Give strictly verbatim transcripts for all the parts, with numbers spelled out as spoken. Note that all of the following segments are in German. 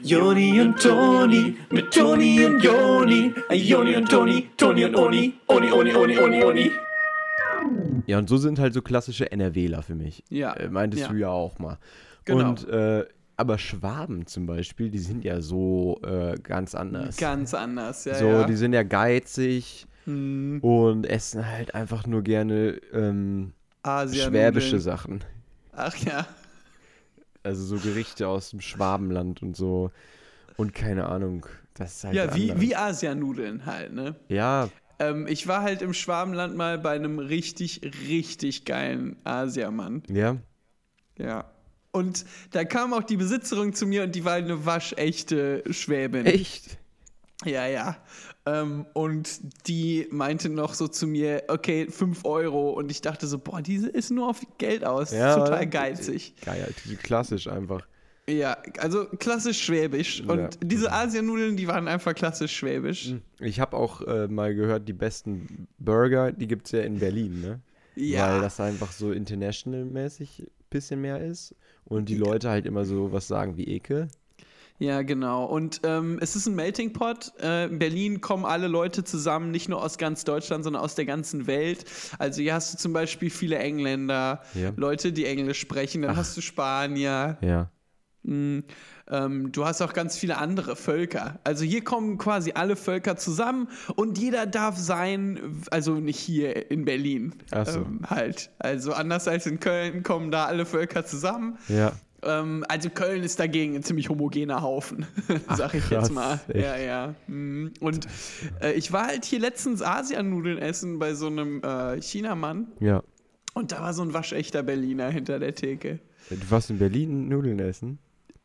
Joni und Toni, mit Toni und Joni. Joni und Toni, Toni und Oni, Oni, Oni, Oni, Oni, Oni. Ja, und so sind halt so klassische NRWler für mich. Ja. Äh, meintest ja. du ja auch mal. Genau. Und, äh, aber Schwaben zum Beispiel, die sind ja so äh, ganz anders. Ganz anders, ja. so, ja. die sind ja geizig hm. und essen halt einfach nur gerne ähm, Asianudeln. schwäbische Sachen. Ach ja. Also so Gerichte aus dem Schwabenland und so. Und keine Ahnung, das ist halt Ja, wie, anders. wie Asianudeln halt, ne? Ja, Ähm, ich war halt im Schwabenland mal bei einem richtig, richtig geilen Asiamann. ja. Ja. Und da kam auch die Besitzerin zu mir und die war eine waschechte Schwäbin. Echt? Ja, ja. Ähm, und die meinte noch so zu mir, okay, fünf Euro. Und ich dachte so, boah, diese ist nur auf Geld aus. Ja, total geizig. Geil, klassisch einfach. Ja, also klassisch schwäbisch. Und Ja. diese Asianudeln, die waren einfach klassisch schwäbisch. Ich habe auch äh, mal gehört, die besten Burger, die gibt es ja in Berlin, ne? Ja. Weil das einfach so international-mäßig ein bisschen mehr ist. Und die Leute halt immer so was sagen wie Ekel. Ja, genau. Und ähm, es ist ein Melting Pot. Äh, in Berlin kommen alle Leute zusammen, nicht nur aus ganz Deutschland, sondern aus der ganzen Welt. Also hier hast du zum Beispiel viele Engländer, Ja. Leute, die Englisch sprechen. Dann Ach. hast du Spanier. Ja. Mhm. Ähm, du hast auch ganz viele andere Völker. Also hier kommen quasi alle Völker zusammen und jeder darf sein, also nicht hier in Berlin. Ach so. Ähm, halt. Also anders als in Köln kommen da alle Völker zusammen. Ja. Ähm, also Köln ist dagegen ein ziemlich homogener Haufen, sag ich krass, jetzt mal. echt? Ja, ja. Mhm. Und äh, ich war halt hier letztens Asianudeln essen bei so einem äh, Chinamann Ja. und da war so ein waschechter Berliner hinter der Theke. Du warst in Berlin Nudeln essen?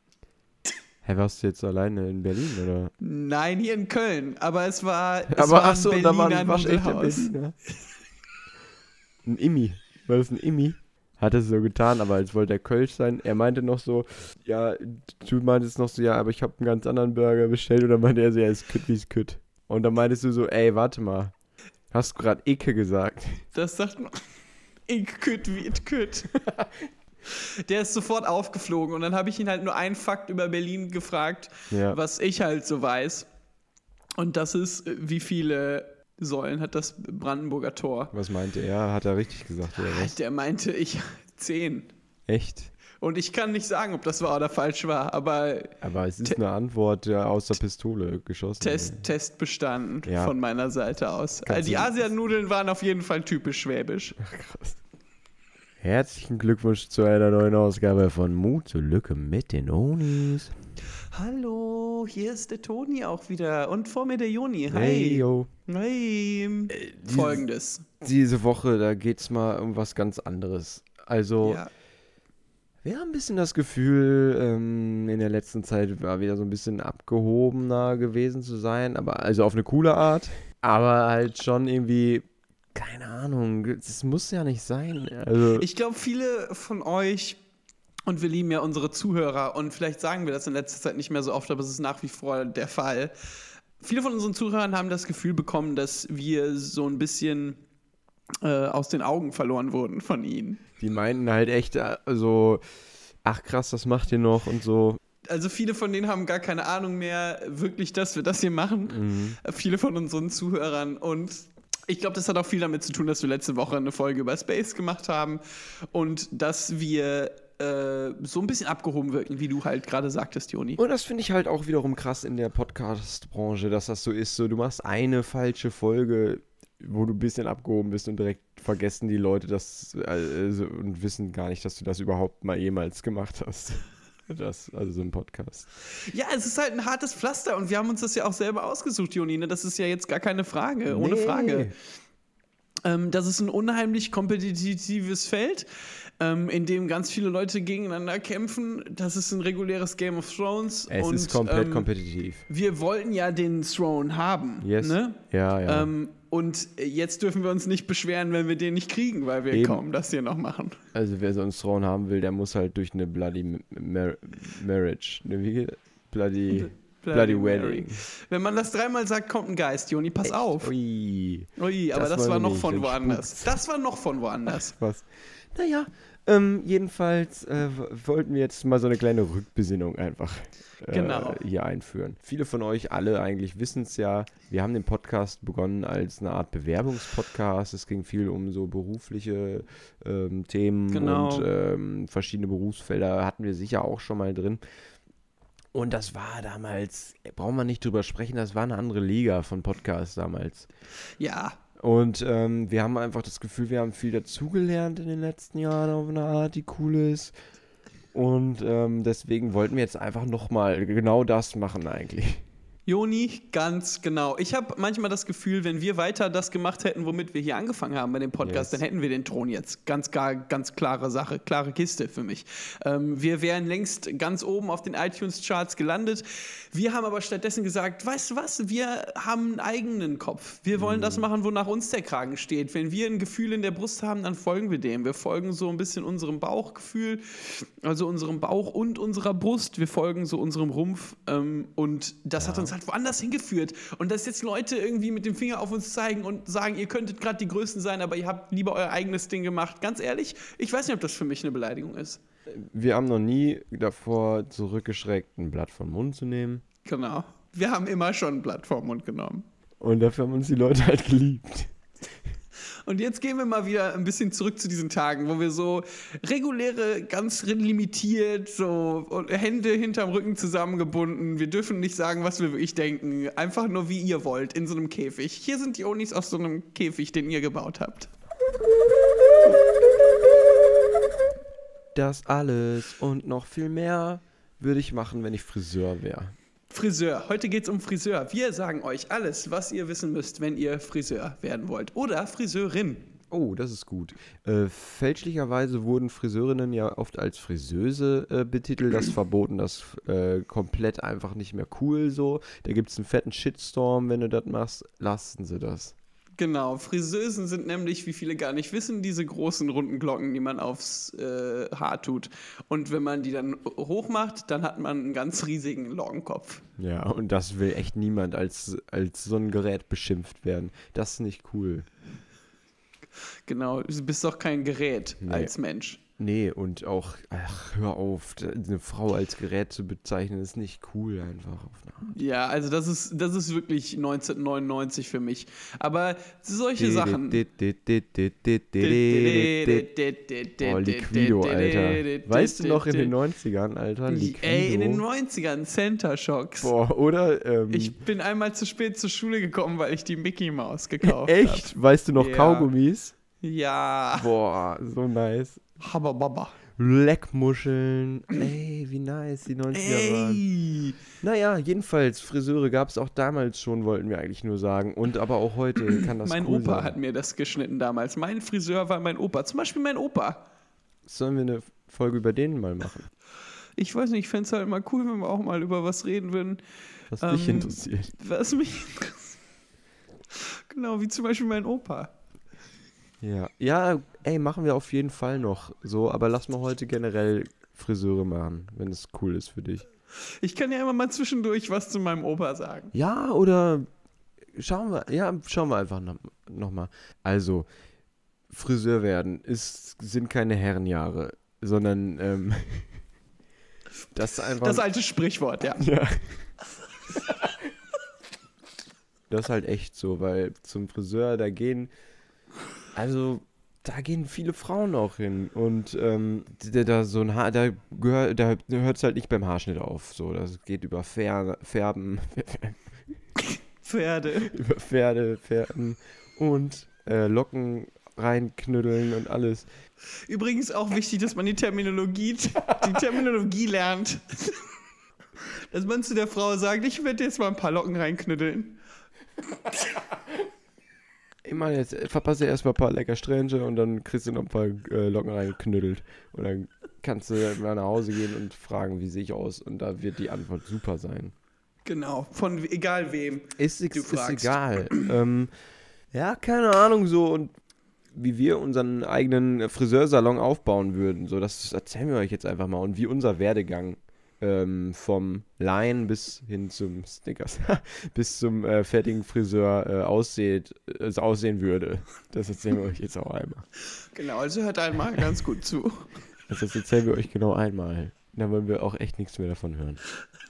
Hä, warst du jetzt alleine in Berlin, oder? Nein, hier in Köln, aber es war, es Aber war ach so, ein da war Berliner ein waschechter Nudelhaus. Berliner. Ein Immi. War das ein Immi? Hat er so getan, aber als wollte er Kölsch sein. Er meinte noch so, ja, du meintest noch so, ja, aber ich habe einen ganz anderen Burger bestellt. Und dann meinte er so, ja, ist kütt wie es kütt. Und dann meintest du so, ey, warte mal. Hast du gerade Ecke gesagt? Das sagt man, ich kütt wie it kütt. Der ist sofort aufgeflogen und dann habe ich ihn halt nur einen Fakt über Berlin gefragt, Ja. was ich halt so weiß. Und das ist, wie viele Säulen hat das Brandenburger Tor? Was meinte er? Hat er richtig gesagt, oder was? Der meinte, ich zehn. Echt? Und ich kann nicht sagen, ob das wahr oder falsch war, aber Aber es ist eine Antwort ja, aus der Pistole geschossen. Test, Test bestanden Ja. von meiner Seite aus. Kannst Also die du- Asianudeln waren auf jeden Fall typisch schwäbisch. Krass. Herzlichen Glückwunsch zu einer neuen Ausgabe von Mut zur Lücke mit den Onis. Hallo, hier ist der Toni auch wieder und vor mir der Joni. Hi. Hey, yo. Hey. Folgendes. Diese Woche, da geht's mal um was ganz anderes. Also, Ja. wir haben ein bisschen das Gefühl, ähm, in der letzten Zeit war wieder so ein bisschen abgehobener gewesen zu sein, aber also auf eine coole Art, aber halt schon irgendwie, keine Ahnung, das muss ja nicht sein. Also, Ich glaube, viele von euch, und wir lieben ja unsere Zuhörer, und vielleicht sagen wir das in letzter Zeit nicht mehr so oft, aber es ist nach wie vor der Fall. Viele von unseren Zuhörern haben das Gefühl bekommen, dass wir so ein bisschen äh, aus den Augen verloren wurden von ihnen. die meinten halt echt, also, ach krass, das macht ihr noch und so. Also viele von denen haben gar keine Ahnung mehr wirklich, dass wir das hier machen. Mhm. Viele von unseren Zuhörern. Und ich glaube, das hat auch viel damit zu tun, dass wir letzte Woche eine Folge über Space gemacht haben und dass wir äh, so ein bisschen abgehoben wirken, wie du halt gerade sagtest, Joni. Und das finde ich halt auch wiederum krass in der Podcast-Branche, dass das so ist. So, du machst eine falsche Folge, wo du ein bisschen abgehoben bist und direkt vergessen die Leute das also, und wissen gar nicht, dass du das überhaupt mal jemals gemacht hast. Das, also so ein Podcast. Ja, es ist halt ein hartes Pflaster und wir haben uns das ja auch selber ausgesucht, Joni. Ne? Das ist ja jetzt gar keine Frage, ohne Nee. Frage. Ähm, das ist ein unheimlich kompetitives Feld, ähm, in dem ganz viele Leute gegeneinander kämpfen. Das ist ein reguläres Game of Thrones. Es und, ist komplett ähm, kompetitiv. Wir wollten ja den Throne haben. Yes. Ne? Ja, ja. Ähm, und jetzt dürfen wir uns nicht beschweren, wenn wir den nicht kriegen, weil wir Eben. kaum das hier noch machen. Also wer so einen Throne haben will, der muss halt durch eine Bloody Mar- Marriage. Ne, wie geht das? Bloody, Bloody Mary. Wedding. Wenn man das dreimal sagt, kommt ein Geist, Joni, pass auf. Ui. Ui, aber Das das, wollen war wir noch nicht, von dann woanders. spukt's. Das war noch von woanders. Was? Naja, Ähm, jedenfalls äh, w- wollten wir jetzt mal so eine kleine Rückbesinnung einfach äh, Genau. hier einführen. Viele von euch, alle eigentlich wissen es ja, wir haben den Podcast begonnen als eine Art Bewerbungspodcast. Es ging viel um so berufliche ähm, Themen Genau. und ähm, verschiedene Berufsfelder hatten wir sicher auch schon mal drin. Und das war damals, brauchen wir nicht drüber sprechen, das war eine andere Liga von Podcasts damals. Ja, Und ähm, wir haben einfach das Gefühl, wir haben viel dazugelernt in den letzten Jahren auf eine Art, die cool ist. Und ähm, deswegen wollten wir jetzt einfach nochmal genau das machen eigentlich. Joni, ganz genau. Ich habe manchmal das Gefühl, wenn wir weiter das gemacht hätten, womit wir hier angefangen haben bei dem Podcast, Yes. dann hätten wir den Thron jetzt. Ganz, gar, ganz klare Sache, klare Kiste für mich. Ähm, wir wären längst ganz oben auf den iTunes-Charts gelandet. Wir haben aber stattdessen gesagt, weißt du was, wir haben einen eigenen Kopf. Wir wollen das machen, wonach uns der Kragen steht. Wenn wir ein Gefühl in der Brust haben, dann folgen wir dem. Wir folgen so ein bisschen unserem Bauchgefühl, also unserem Bauch und unserer Brust. Wir folgen so unserem Rumpf ähm, und das hat uns halt woanders hingeführt. Und dass jetzt Leute irgendwie mit dem Finger auf uns zeigen und sagen, ihr könntet gerade die Größten sein, aber ihr habt lieber euer eigenes Ding gemacht. Ganz ehrlich, ich weiß nicht, ob das für mich eine Beleidigung ist. Wir haben noch nie davor zurückgeschreckt, ein Blatt vom Mund zu nehmen. Genau. Wir haben immer schon ein Blatt vor den Mund genommen. Und dafür haben uns die Leute halt geliebt. Und jetzt gehen wir mal wieder ein bisschen zurück zu diesen Tagen, wo wir so reguläre, ganz limitiert, so Hände hinterm Rücken zusammengebunden. Wir dürfen nicht sagen, was wir wirklich denken. Einfach nur, wie ihr wollt, in so einem Käfig. Hier sind die Onis aus so einem Käfig, den ihr gebaut habt. Das alles und noch viel mehr würde ich machen, wenn ich Friseur wäre. Friseur. Heute geht es um Friseur. Wir sagen euch alles, was ihr wissen müsst, wenn ihr Friseur werden wollt. Oder Friseurin. Oh, das ist gut. Äh, fälschlicherweise wurden Friseurinnen ja oft als Friseuse äh, betitelt. Das ist verboten, das äh, komplett einfach nicht mehr cool so. Da gibt es einen fetten Shitstorm, wenn du das machst. Lassen sie das. Genau, Friseusen sind nämlich, wie viele gar nicht wissen, diese großen runden Glocken, die man aufs äh, Haar tut. Und wenn man die dann hoch macht, dann hat man einen ganz riesigen Lockenkopf. Ja, und das will echt niemand als, als so ein Gerät beschimpft werden. Das ist nicht cool. Genau, du bist doch kein Gerät Nee. als Mensch. Nee, und auch, ach, hör auf, eine Frau als Gerät zu bezeichnen, ist nicht cool einfach. Auf eine Art. Ja, also das ist, das ist wirklich neunzehnhundertneunundneunzig für mich. Aber solche Sachen. Oh, Liquido, Alter. Weißt du noch in den neunzigern, Alter? Liquido. Ey, in den neunzigern, Center Shocks. Boah, oder? Ähm, Ich bin einmal zu spät zur Schule gekommen, weil ich die Mickey Maus gekauft habe. echt? Weißt du noch Ja. Kaugummis? Ja. Boah, so nice. Habababa. Leckmuscheln. Ey, wie nice die neunziger waren. Ey. Naja, jedenfalls, Friseure gab es auch damals schon, wollten wir eigentlich nur sagen. Und aber auch heute kann das Mein cool Opa sein. hat mir das geschnitten damals. Mein Friseur war mein Opa. Zum Beispiel mein Opa. Sollen wir eine Folge über den mal machen? Ich weiß nicht, ich fände es halt mal cool, wenn wir auch mal über was reden würden, Was Ähm, dich interessiert. was mich interessiert. Genau, wie zum Beispiel mein Opa. Ja, ja, ey, machen wir auf jeden Fall noch so, aber lass mal heute generell Friseure machen, wenn es cool ist für dich. Ich kann ja immer mal zwischendurch was zu meinem Opa sagen. Ja, oder schauen wir, ja, schauen wir einfach noch, noch mal. Also, Friseur werden ist, sind keine Herrenjahre, sondern ähm, das ist einfach... Das alte Sprichwort, ja. ja. Das ist halt echt so, weil zum Friseur, da gehen, also da gehen viele Frauen auch hin und ähm, da, da so ein Haar, da gehört, da hört es halt nicht beim Haarschnitt auf, so, das geht über Fer Färben, Pferde. über Pferde, Färben und äh, Locken reinknüddeln und alles. Übrigens auch wichtig, dass man die Terminologie, die Terminologie lernt. Dass man zu der Frau sagt, ich werde jetzt mal ein paar Locken reinknüddeln. Ich meine, jetzt verpasse erstmal ein paar lecker Strähnchen und dann kriegst du noch ein paar äh, Locken reingeknüdelt. Und dann kannst du mal nach Hause gehen und fragen, wie sehe ich aus? Und da wird die Antwort super sein. Genau, von egal wem. Ist, Du ist fragst. egal. ähm, ja, keine Ahnung, so und wie wir unseren eigenen Friseursalon aufbauen würden. So, das erzählen wir euch jetzt einfach mal. Und wie unser Werdegang ähm, vom Laien bis hin zum Snickers, bis zum äh, fertigen Friseur äh, aussieht, es aussehen würde. Das erzählen wir euch jetzt auch einmal. Genau, also hört einmal ganz gut zu. Also das erzählen wir euch genau einmal. Dann wollen wir auch echt nichts mehr davon hören.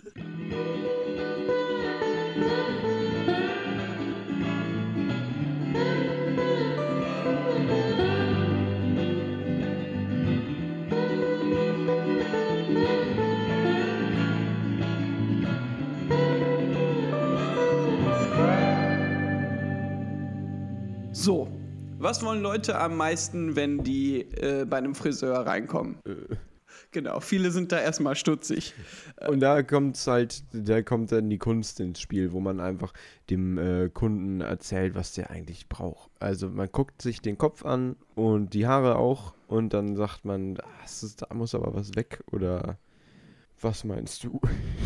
So, was wollen Leute am meisten, wenn die äh, bei einem Friseur reinkommen? Äh. Genau, viele sind da erstmal stutzig. Und da kommt halt, da kommt dann die Kunst ins Spiel, wo man einfach dem äh, Kunden erzählt, was der eigentlich braucht. Also man guckt sich den Kopf an und die Haare auch und dann sagt man, ah, es ist, da muss aber was weg oder was meinst du?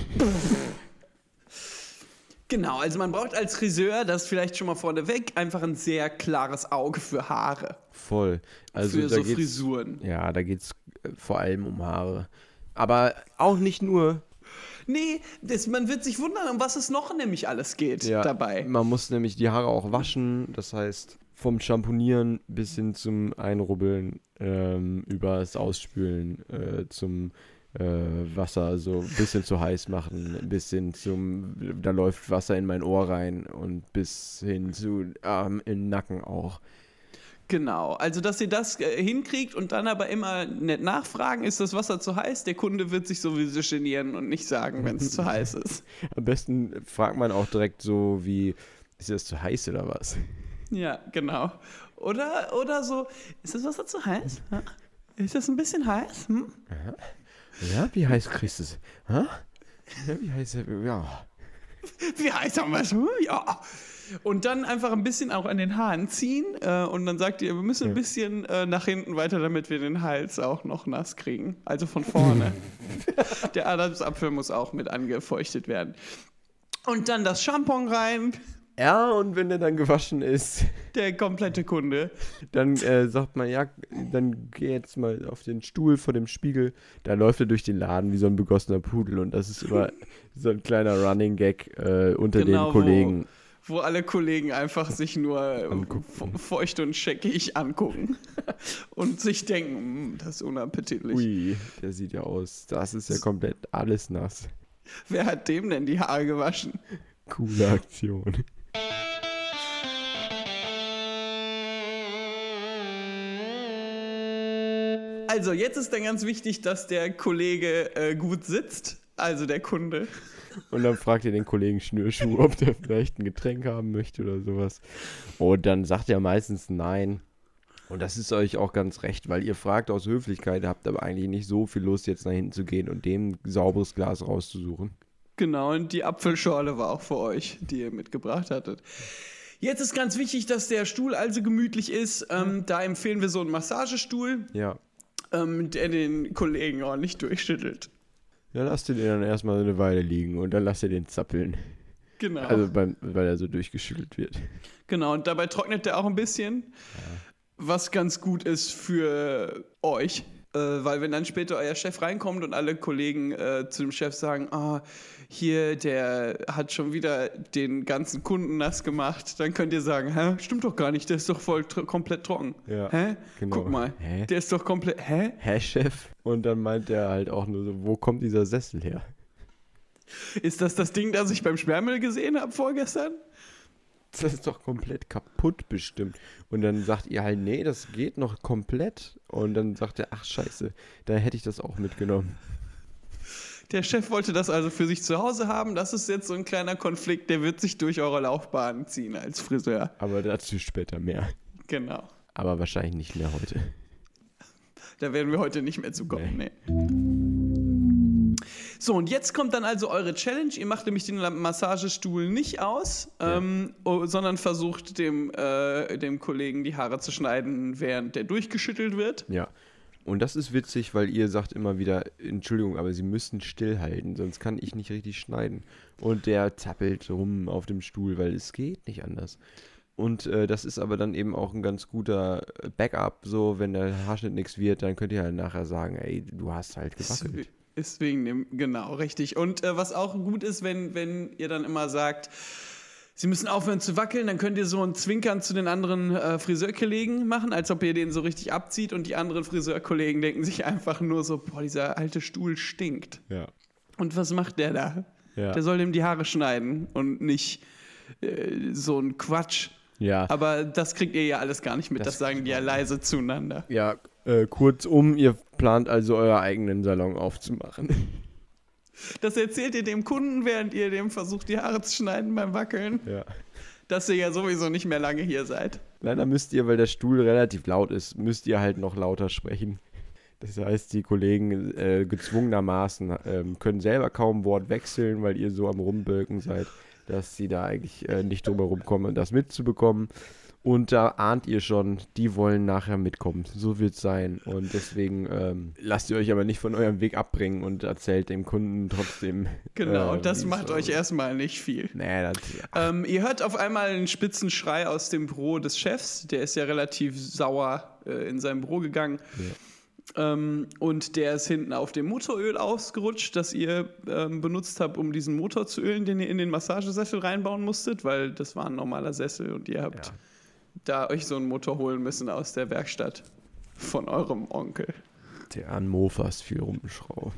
Genau, also man braucht als Friseur, das vielleicht schon mal vorneweg, einfach ein sehr klares Auge für Haare. Voll. Also für da so geht's, Frisuren. Ja, da geht's äh, vor allem um Haare. Aber auch nicht nur. Nee, das, man wird sich wundern, um was es noch nämlich alles geht Ja, dabei. Man muss nämlich die Haare auch waschen. Das heißt, vom Schamponieren bis hin zum Einrubbeln, ähm, über das Ausspülen, äh, zum äh, Wasser so ein bisschen zu heiß machen, ein bisschen zum, da läuft Wasser in mein Ohr rein und bis hin zu ähm, in den Nacken auch. Genau, also dass ihr das äh, hinkriegt und dann aber immer nett nachfragen, ist das Wasser zu heiß? Der Kunde wird sich sowieso genieren und nicht sagen, wenn es zu heiß ist. Am besten fragt man auch direkt so wie, ist das zu heiß oder was? Ja, genau. Oder, oder so, ist das Wasser zu heiß? Ja? Ist das ein bisschen heiß? Hm? Ja, wie heiß kriegst du es? Ja, wie heiß, ja. Wie heiß haben wir es? Ja. Und dann einfach ein bisschen auch an den Haaren ziehen äh, und dann sagt ihr, wir müssen ein bisschen äh, nach hinten weiter, damit wir den Hals auch noch nass kriegen. Also von vorne. Der Adamsapfel muss auch mit angefeuchtet werden. Und dann das Shampoo rein. Ja, und wenn der dann gewaschen ist, Der komplette Kunde. dann äh, sagt man, ja, dann geh jetzt mal auf den Stuhl vor dem Spiegel. Da läuft er durch den Laden wie so ein begossener Pudel und das ist immer so ein kleiner Running Gag äh, unter Genau, den Kollegen. Wo, wo alle Kollegen einfach sich nur Angucken. fe- feucht und scheckig angucken und sich denken, "Hm, das ist unappetitlich. Ui, der sieht ja aus. Das ist ja komplett alles nass. Wer hat dem denn die Haare gewaschen? Coole Aktion. Also, jetzt ist dann ganz wichtig, dass der Kollege äh, gut sitzt, also der Kunde. Und dann fragt ihr den Kollegen Schnürschuh, ob der vielleicht ein Getränk haben möchte oder sowas. Und dann sagt er meistens nein. Und das ist euch auch ganz recht, weil ihr fragt aus Höflichkeit, habt aber eigentlich nicht so viel Lust, jetzt nach hinten zu gehen und dem ein sauberes Glas rauszusuchen. Genau, und die Apfelschorle war auch für euch, die ihr mitgebracht hattet. Jetzt ist ganz wichtig, dass der Stuhl also gemütlich ist. Ähm, da empfehlen wir so einen Massagestuhl, Ja. ähm, der den Kollegen ordentlich durchschüttelt. Dann lasst ihr den dann erstmal eine Weile liegen und dann lasst ihr den zappeln. Genau. Also beim, weil er so durchgeschüttelt wird. Genau, und dabei trocknet der auch ein bisschen, was ganz gut ist für euch. Äh, weil wenn dann später euer Chef reinkommt und alle Kollegen äh, zu dem Chef sagen, ah, hier, der hat schon wieder den ganzen Kunden nass gemacht, dann könnt ihr sagen, hä, stimmt doch gar nicht, der ist doch voll tro- komplett trocken. Ja, Hä? genau. Guck mal, Hä? der ist doch komplett, hä? Hä, Chef? Und dann meint er halt auch nur so, wo kommt dieser Sessel her? Ist das das Ding, das ich beim Sperrmüll gesehen habe vorgestern? Das ist doch komplett kaputt bestimmt. Und dann sagt ihr halt, nee, das geht noch komplett. Und dann sagt er, ach scheiße, da hätte ich das auch mitgenommen. Der Chef wollte das also für sich zu Hause haben. Das ist jetzt so ein kleiner Konflikt, der wird sich durch eure Laufbahn ziehen als Friseur. Aber dazu später mehr. Genau. Aber wahrscheinlich nicht mehr heute. Da werden wir heute nicht mehr zukommen. Nee. Nee. So, und jetzt kommt dann also eure Challenge. Ihr macht nämlich den Massagestuhl nicht aus, Ja. ähm, oh, sondern versucht dem, äh, dem Kollegen die Haare zu schneiden, während der durchgeschüttelt wird. Ja. Und das ist witzig, weil ihr sagt immer wieder, Entschuldigung, aber sie müssen stillhalten, sonst kann ich nicht richtig schneiden. Und der zappelt rum auf dem Stuhl, weil es geht nicht anders. Und äh, das ist aber dann eben auch ein ganz guter Backup, so wenn der Haarschnitt nichts wird, dann könnt ihr halt nachher sagen, ey, du hast halt gewackelt. Ist wegen dem, genau, richtig. Und äh, was auch gut ist, wenn, wenn ihr dann immer sagt, sie müssen aufhören zu wackeln, dann könnt ihr so ein Zwinkern zu den anderen äh, Friseurkollegen machen, als ob ihr den so richtig abzieht und die anderen Friseurkollegen denken sich einfach nur so, boah, dieser alte Stuhl stinkt. Ja. Und was macht der da? Ja. Der soll dem die Haare schneiden und nicht äh, so ein Quatsch. Ja. Aber das kriegt ihr ja alles gar nicht mit, das, Das sagen die ja leise zueinander. Ja, äh, kurzum, ihr plant also euren eigenen Salon aufzumachen. Das erzählt ihr dem Kunden, während ihr dem versucht, die Haare zu schneiden beim Wackeln, Ja. dass ihr ja sowieso nicht mehr lange hier seid. Leider müsst ihr, weil der Stuhl relativ laut ist, müsst ihr halt noch lauter sprechen. Das heißt, die Kollegen äh, gezwungenermaßen ähm, können selber kaum Wort wechseln, weil ihr so am Rumbölken seid, dass sie da eigentlich äh, nicht drum herum kommen, das mitzubekommen. Und da ahnt ihr schon, die wollen nachher mitkommen. So wird es sein. Und deswegen ähm, lasst ihr euch aber nicht von eurem Weg abbringen und erzählt dem Kunden trotzdem. Genau, äh, das wie macht es euch erstmal nicht viel. Nee, das, Ähm, ihr hört auf einmal einen spitzen Schrei aus dem Büro des Chefs. Der ist ja relativ sauer äh, in sein Büro gegangen. Ähm, und der ist hinten auf dem Motoröl ausgerutscht, das ihr ähm, benutzt habt, um diesen Motor zu ölen, den ihr in den Massagesessel reinbauen musstet, weil das war ein normaler Sessel und ihr habt Ja. da euch so einen Motor holen müssen aus der Werkstatt von eurem Onkel. der an Mofas viel rumschraubt.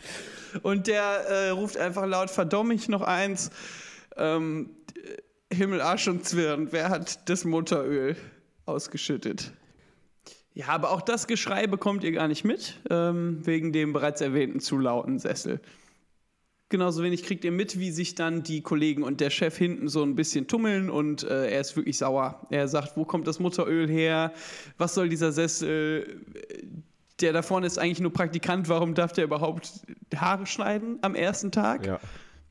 Und der äh, ruft einfach laut, verdomm ich noch eins, ähm, Himmel, Arsch und Zwirn, wer hat das Motoröl ausgeschüttet? Ja, aber auch das Geschrei bekommt ihr gar nicht mit, ähm, wegen dem bereits erwähnten zu lauten Sessel. Genauso wenig kriegt ihr mit, wie sich dann die Kollegen und der Chef hinten so ein bisschen tummeln und äh, er ist wirklich sauer. Er sagt, wo kommt das Motoröl her? Was soll dieser Sessel? Der da vorne ist eigentlich nur Praktikant. Warum darf der überhaupt Haare schneiden am ersten Tag? Ja.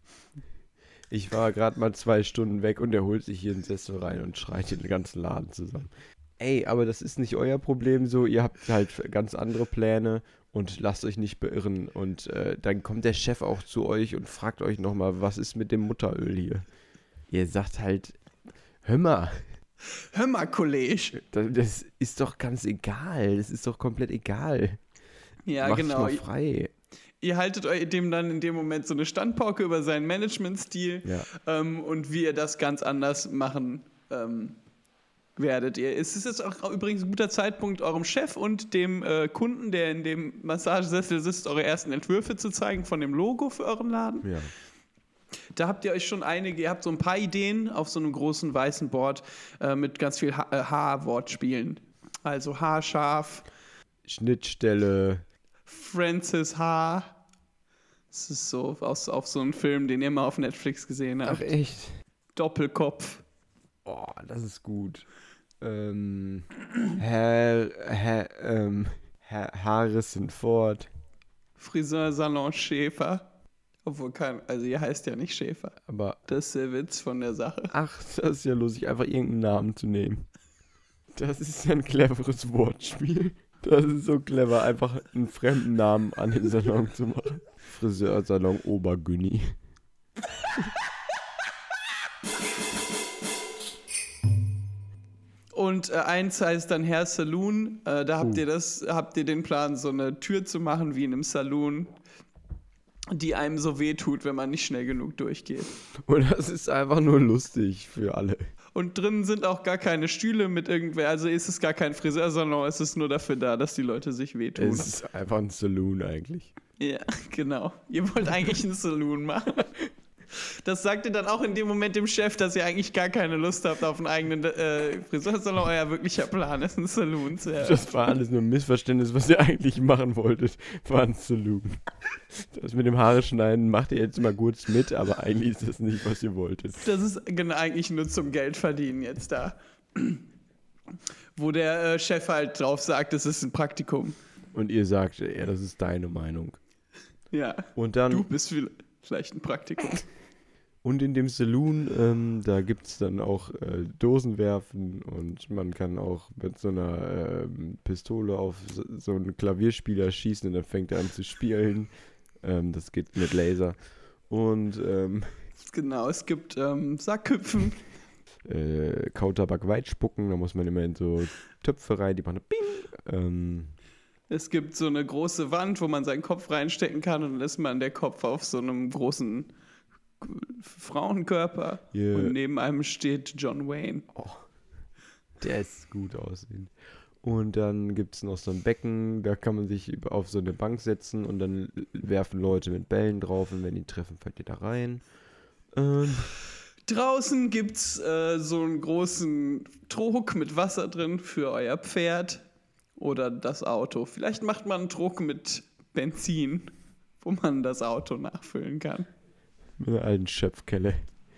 Ich war gerade mal zwei Stunden weg und er holt sich hier einen Sessel rein und schreit den ganzen Laden zusammen. Ey, aber das ist nicht euer Problem so. Ihr habt halt ganz andere Pläne und lasst euch nicht beirren. Und äh, dann kommt der Chef auch zu euch und fragt euch nochmal, was ist mit dem Mutteröl hier? Ihr sagt halt, hör mal, Hör mal, Kollege. das, das ist doch ganz egal. Das ist doch komplett egal. Ja, Macht genau. mal frei. Ihr haltet euch dem dann in dem Moment so eine Standpauke über seinen Managementstil Ja. ähm, und wie ihr das ganz anders machen ähm, werdet ihr. Es ist jetzt auch übrigens ein guter Zeitpunkt, eurem Chef und dem äh, Kunden, der in dem Massagesessel sitzt, eure ersten Entwürfe zu zeigen von dem Logo für euren Laden. Ja. Da habt ihr euch schon einige, ihr habt so ein paar Ideen auf so einem großen weißen Board äh, mit ganz viel ha- äh, H-Wortspielen. Also haarscharf, Schnittstelle. Francis H. Das ist so aus auf so einem Film, den ihr mal auf Netflix gesehen habt. Ach echt? Doppelkopf. Oh, das ist gut. Ähm, Herr, Herr, ähm, Herr Harrison Ford. Friseursalon Schäfer. Obwohl kein, also ihr heißt ja nicht Schäfer. Aber, Das ist der Witz von der Sache. ach, das ist ja lustig, einfach irgendeinen Namen zu nehmen. Das ist ja ein cleveres Wortspiel. Das ist so clever, einfach einen fremden Namen an den Salon zu machen. Friseursalon Obergünni. Und äh, eins heißt dann Herr Saloon. Äh, da habt Uh. ihr das, habt ihr den Plan, so eine Tür zu machen wie in einem Saloon, die einem so wehtut, wenn man nicht schnell genug durchgeht. Und das ist einfach nur lustig für alle. Und drinnen sind auch gar keine Stühle mit irgendwer, also ist es gar kein Friseursalon, es ist nur dafür da, dass die Leute sich wehtun. Es ist einfach ein Saloon eigentlich. Ja, genau. Ihr wollt eigentlich einen Saloon machen. Das sagt ihr dann auch in dem Moment dem Chef, dass ihr eigentlich gar keine Lust habt auf einen eigenen äh, Friseursalon. Euer wirklicher Plan ist, einen Saloon zu eröffnen. Das war alles nur ein Missverständnis, was ihr eigentlich machen wolltet, war ein Saloon. Das mit dem Haare schneiden macht ihr jetzt mal kurz mit, aber eigentlich ist das nicht, was ihr wolltet. Das ist genau eigentlich nur zum Geld verdienen jetzt da. Wo der äh, Chef halt drauf sagt, es ist ein Praktikum. Und ihr sagt, ja, das ist deine Meinung. Ja, Und dann, du bist vielleicht ein Praktikum. und in dem Saloon, ähm, da gibt es dann auch äh, Dosenwerfen und man kann auch mit so einer ähm, Pistole auf so, so einen Klavierspieler schießen und dann fängt er an zu spielen. Ähm, das geht mit Laser. Und ähm, Genau, es gibt ähm, Sackhüpfen. äh, Kautabak Weitspucken, da muss man immer in so Töpfe rein, die machen Bing. Ähm, Es gibt so eine große Wand, wo man seinen Kopf reinstecken kann und dann ist man der Kopf auf so einem großen Frauenkörper. Yeah. Und neben einem steht John Wayne. Oh, der ist gut aussehend. Und dann gibt es noch so ein Becken, da kann man sich über- auf so eine Bank setzen und dann werfen Leute mit Bällen drauf und wenn die treffen, fällt ihr da rein. Ähm, Draußen gibt's äh, so einen großen Trog mit Wasser drin für euer Pferd oder das Auto. Vielleicht macht man einen Trog mit Benzin, wo man das Auto nachfüllen kann. mit einer alten Schöpfkelle.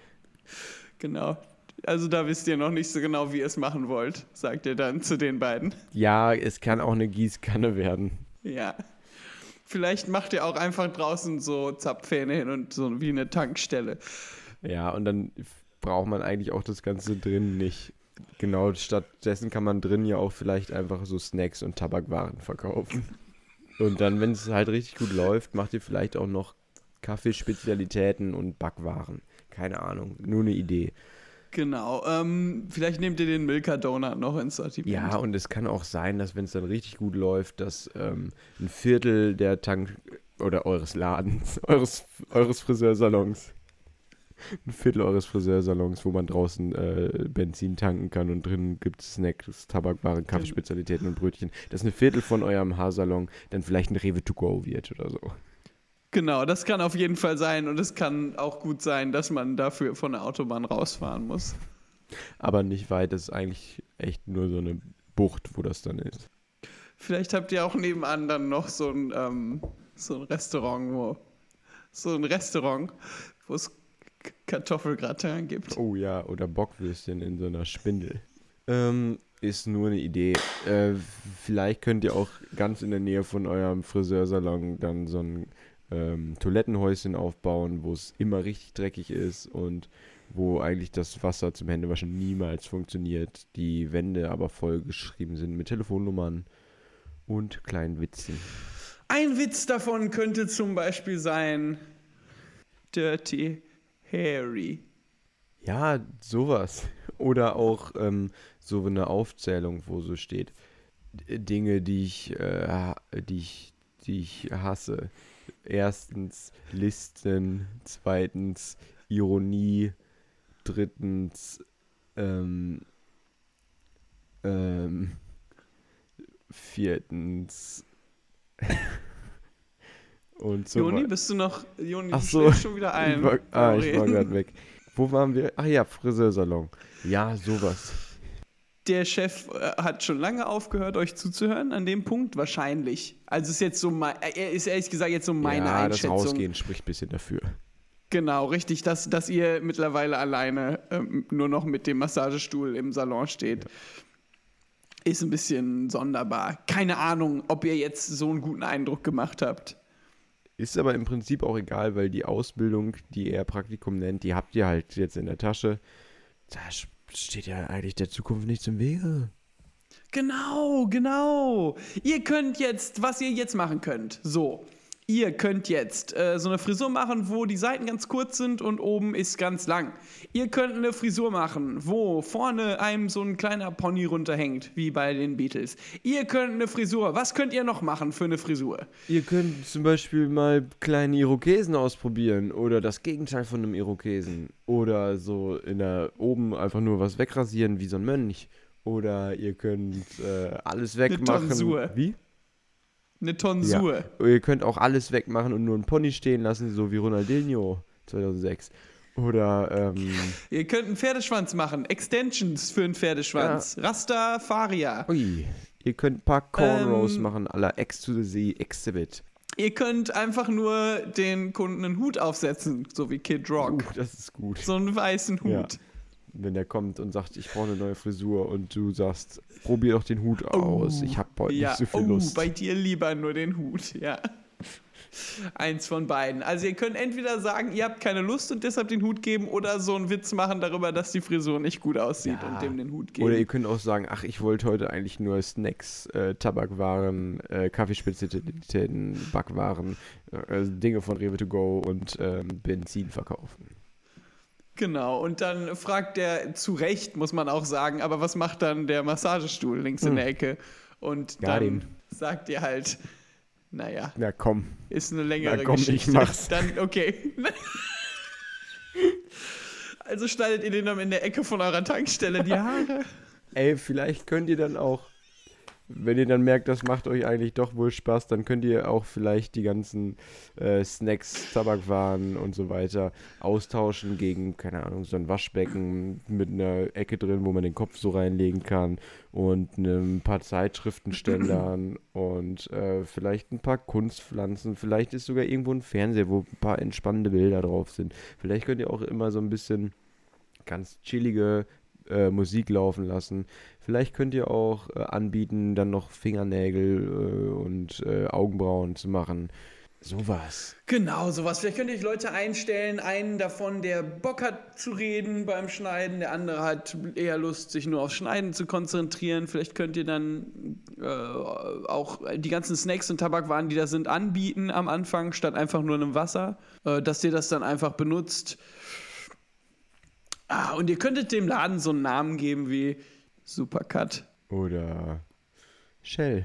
Genau. Also da wisst ihr noch nicht so genau, wie ihr es machen wollt, sagt ihr dann zu den beiden. Ja, es kann auch eine Gießkanne werden. Ja. Vielleicht macht ihr auch einfach draußen so Zapfhähne hin und so wie eine Tankstelle. Ja, und dann braucht man eigentlich auch das Ganze drin nicht. Genau, stattdessen kann man drin ja auch vielleicht einfach so Snacks und Tabakwaren verkaufen. Und dann, wenn es halt richtig gut läuft, macht ihr vielleicht auch noch Kaffeespezialitäten und Backwaren. Keine Ahnung, nur eine Idee. Genau. Ähm, vielleicht nehmt ihr den Milka Donut noch ins Sortiment. Ja, und es kann auch sein, dass wenn es dann richtig gut läuft, dass ähm, ein Viertel der Tank- oder eures Ladens, eures, eures Friseursalons, ein Viertel eures Friseursalons, wo man draußen äh, Benzin tanken kann und drin gibt es Snacks, Tabakwaren, Kaffeespezialitäten und Brötchen, dass ein Viertel von eurem Haarsalon dann vielleicht ein Rewe to go wird oder so. Genau, das kann auf jeden Fall sein und es kann auch gut sein, dass man dafür von der Autobahn rausfahren muss. Aber nicht weit, das ist eigentlich echt nur so eine Bucht, wo das dann ist. Vielleicht habt ihr auch nebenan dann noch so ein, ähm, so ein Restaurant, wo so ein Restaurant, wo es K- Kartoffelgratin gibt. Oh ja, oder Bockwürstchen in so einer Spindel. Ähm, ist nur eine Idee. Äh, vielleicht könnt ihr auch ganz in der Nähe von eurem Friseursalon dann so ein ähm, Toilettenhäuschen aufbauen, wo es immer richtig dreckig ist und wo eigentlich das Wasser zum Händewaschen niemals funktioniert, die Wände aber vollgeschrieben sind mit Telefonnummern und kleinen Witzen. Ein Witz davon könnte zum Beispiel sein Dirty Harry. Ja, sowas. Oder auch ähm, so eine Aufzählung, wo so steht, D- Dinge, die ich, äh, ha- die ich, die ich hasse. Erstens Listen, zweitens Ironie, drittens ähm, ähm, viertens und so Joni, wei- bist du noch? Joni, Ach du so. schläfst schon wieder ein. Ich war, ah, ich war Sorry. gerade weg. Wo waren wir? Ach ja, Friseursalon. Ja, sowas. Der Chef äh, hat schon lange aufgehört, euch zuzuhören an dem Punkt, wahrscheinlich. Also ist jetzt so mein, er ist ehrlich gesagt jetzt so meine ja, das Einschätzung. Rausgehen spricht ein bisschen dafür. Genau, richtig, dass, dass ihr mittlerweile alleine ähm, nur noch mit dem Massagestuhl im Salon steht. Ist ein bisschen sonderbar. Keine Ahnung, ob ihr jetzt so einen guten Eindruck gemacht habt. Ist aber im Prinzip auch egal, weil die Ausbildung, die er Praktikum nennt, die habt ihr halt jetzt in der Tasche. Da steht ja eigentlich der Zukunft nichts im Wege. Genau, genau. Ihr könnt jetzt, was ihr jetzt machen könnt, so. Ihr könnt jetzt äh, so eine Frisur machen, wo die Seiten ganz kurz sind und oben ist ganz lang. Ihr könnt eine Frisur machen, wo vorne einem so ein kleiner Pony runterhängt, wie bei den Beatles. Ihr könnt eine Frisur, was könnt ihr noch machen für eine Frisur? Ihr könnt zum Beispiel mal kleine Irokesen ausprobieren oder das Gegenteil von einem Irokesen. Oder so in der oben einfach nur was wegrasieren wie so ein Mönch. Oder ihr könnt äh, alles wegmachen. Tonsur. Wie? Eine Tonsur. Ja. Oder ihr könnt auch alles wegmachen und nur einen Pony stehen lassen, so wie Ronaldinho zweitausendsechs. Oder, ähm, Ihr könnt einen Pferdeschwanz machen, Extensions für einen Pferdeschwanz, Rastafaria. ui, ihr könnt ein paar Cornrows Ähm, machen, à la X to the Z Exhibit. Ihr könnt einfach nur den Kunden einen Hut aufsetzen, so wie Kid Rock. Uh, das ist gut. So einen weißen Hut. Ja. Wenn der kommt und sagt, ich brauche eine neue Frisur und du sagst, probier doch den Hut aus, ich habe heute Ja, nicht so viel oh, Lust. bei dir lieber nur den Hut, ja. Eins von beiden. Also ihr könnt entweder sagen, ihr habt keine Lust und deshalb den Hut geben oder so einen Witz machen darüber, dass die Frisur nicht gut aussieht Ja. und dem den Hut geben. Oder ihr könnt auch sagen, ach, ich wollte heute eigentlich nur Snacks, äh, Tabakwaren, äh, Kaffeespezialitäten, Backwaren, äh, Dinge von Rewe to go und ähm, Benzin verkaufen. Genau, und dann fragt der, zu Recht muss man auch sagen, aber was macht dann der Massagestuhl links in der Ecke? Und Got dann him. sagt ihr halt, naja, Na komm. ist eine längere Na komm, ich Geschichte. mach's. Dann, okay. Also schneidet ihr den dann in der Ecke von eurer Tankstelle die Haare. Ey, vielleicht könnt ihr dann auch, wenn ihr dann merkt, das macht euch eigentlich doch wohl Spaß, dann könnt ihr auch vielleicht die ganzen äh, Snacks, Tabakwaren und so weiter austauschen gegen, keine Ahnung, so ein Waschbecken mit einer Ecke drin, wo man den Kopf so reinlegen kann und ein paar Zeitschriftenständern und äh, vielleicht ein paar Kunstpflanzen. Vielleicht ist sogar irgendwo ein Fernseher, wo ein paar entspannende Bilder drauf sind. Vielleicht könnt ihr auch immer so ein bisschen ganz chillige Äh, Musik laufen lassen. Vielleicht könnt ihr auch äh, anbieten, dann noch Fingernägel äh, und äh, Augenbrauen zu machen. Sowas. Genau, sowas. Vielleicht könnt ihr euch Leute einstellen. Einen davon, der Bock hat zu reden beim Schneiden. Der andere hat eher Lust, sich nur aufs Schneiden zu konzentrieren. Vielleicht könnt ihr dann äh, auch die ganzen Snacks und Tabakwaren, die da sind, anbieten am Anfang, statt einfach nur einem Wasser. Äh, dass ihr das dann einfach benutzt. Ah, und ihr könntet dem Laden so einen Namen geben wie Supercut. Oder Shell.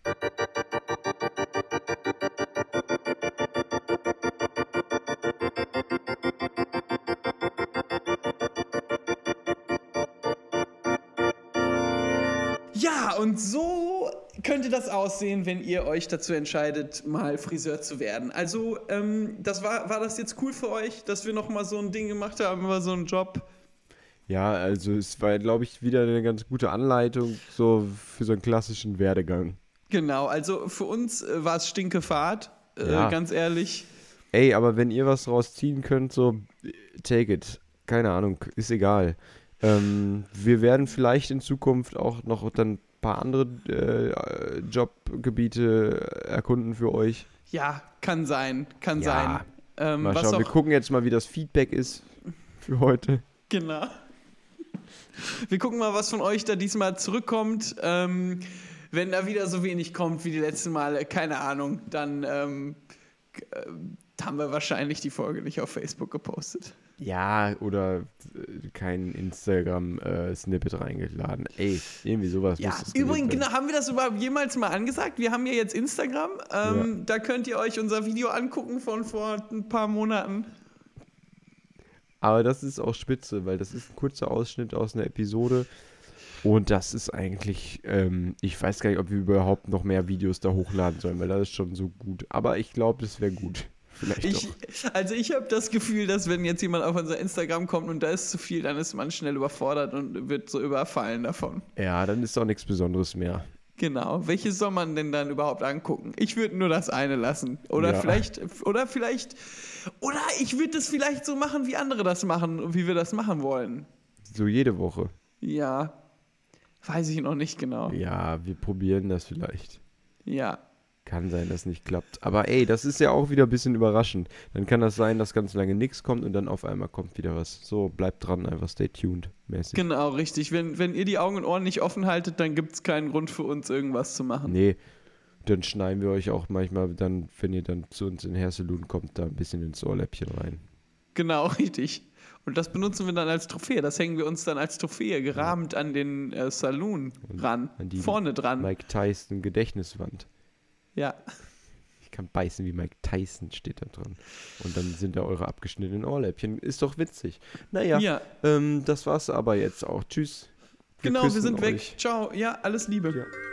Ja, und so könnte das aussehen, wenn ihr euch dazu entscheidet, mal Friseur zu werden. Also, ähm, das war, war das jetzt cool für euch, dass wir nochmal so ein Ding gemacht haben, über so einen Job? Ja, also es war, glaube ich, wieder eine ganz gute Anleitung so für so einen klassischen Werdegang. Genau, also für uns äh, war es Stinkefahrt, äh, Ja. ganz ehrlich. Ey, aber wenn ihr was draus ziehen könnt, so take it. Keine Ahnung, ist egal. Ähm, wir werden vielleicht in Zukunft auch noch dann ein paar andere äh, Jobgebiete erkunden für euch. Ja, kann sein, kann Ja, sein. Ähm, Mal was schauen, wir auch, gucken jetzt mal, wie das Feedback ist für heute. genau. Wir gucken mal, was von euch da diesmal zurückkommt. Ähm, wenn da wieder so wenig kommt wie die letzten Male, keine Ahnung, dann ähm, äh, haben wir wahrscheinlich die Folge nicht auf Facebook gepostet. Ja, oder äh, kein Instagram-Snippet reingeladen. Ey, irgendwie sowas Ja, muss es übrigens, gewesen genau, haben wir das überhaupt jemals mal angesagt? Wir haben ja jetzt Instagram. Ähm, Da könnt ihr euch unser Video angucken von vor ein paar Monaten. Aber das ist auch spitze, weil das ist ein kurzer Ausschnitt aus einer Episode. Und das ist eigentlich, ähm, ich weiß gar nicht, ob wir überhaupt noch mehr Videos da hochladen sollen, weil das ist schon so gut. Aber ich glaube, das wäre gut. Vielleicht Ich, doch. also ich habe das Gefühl, dass wenn jetzt jemand auf unser Instagram kommt und da ist zu viel, dann ist man schnell überfordert und wird so überfallen davon. Ja, dann ist auch nichts Besonderes mehr. Genau. Welches soll man denn dann überhaupt angucken? Ich würde nur das eine lassen. Oder Ja. vielleicht, oder vielleicht, oder ich würde das vielleicht so machen, wie andere das machen, wie wir das machen wollen. So jede Woche. Ja. Weiß ich noch nicht genau. Ja, wir probieren das vielleicht. Ja. Kann sein, dass nicht klappt. Aber ey, das ist ja auch wieder ein bisschen überraschend. Dann kann das sein, dass ganz lange nichts kommt und dann auf einmal kommt wieder was. So, bleibt dran, einfach stay tuned mäßig. Genau, richtig. Wenn, wenn ihr die Augen und Ohren nicht offen haltet, dann gibt es keinen Grund für uns, irgendwas zu machen. Nee, dann schneiden wir euch auch manchmal dann, wenn ihr dann zu uns in Hair Saloon kommt, da ein bisschen ins Ohrläppchen rein. Genau, richtig. Und das benutzen wir dann als Trophäe. Das hängen wir uns dann als Trophäe gerahmt an den äh, Saloon ran. an die Vorne dran. Mike Tyson Gedächtniswand. Ja. Ich kann beißen wie Mike Tyson, steht da dran. Und dann sind da eure abgeschnittenen Ohrläppchen. Ist doch witzig. Naja, Ja. ähm, das war's aber jetzt auch. Tschüss. Genau, wir küssen sind weg. euch. Ciao. Ja, alles Liebe. Ja.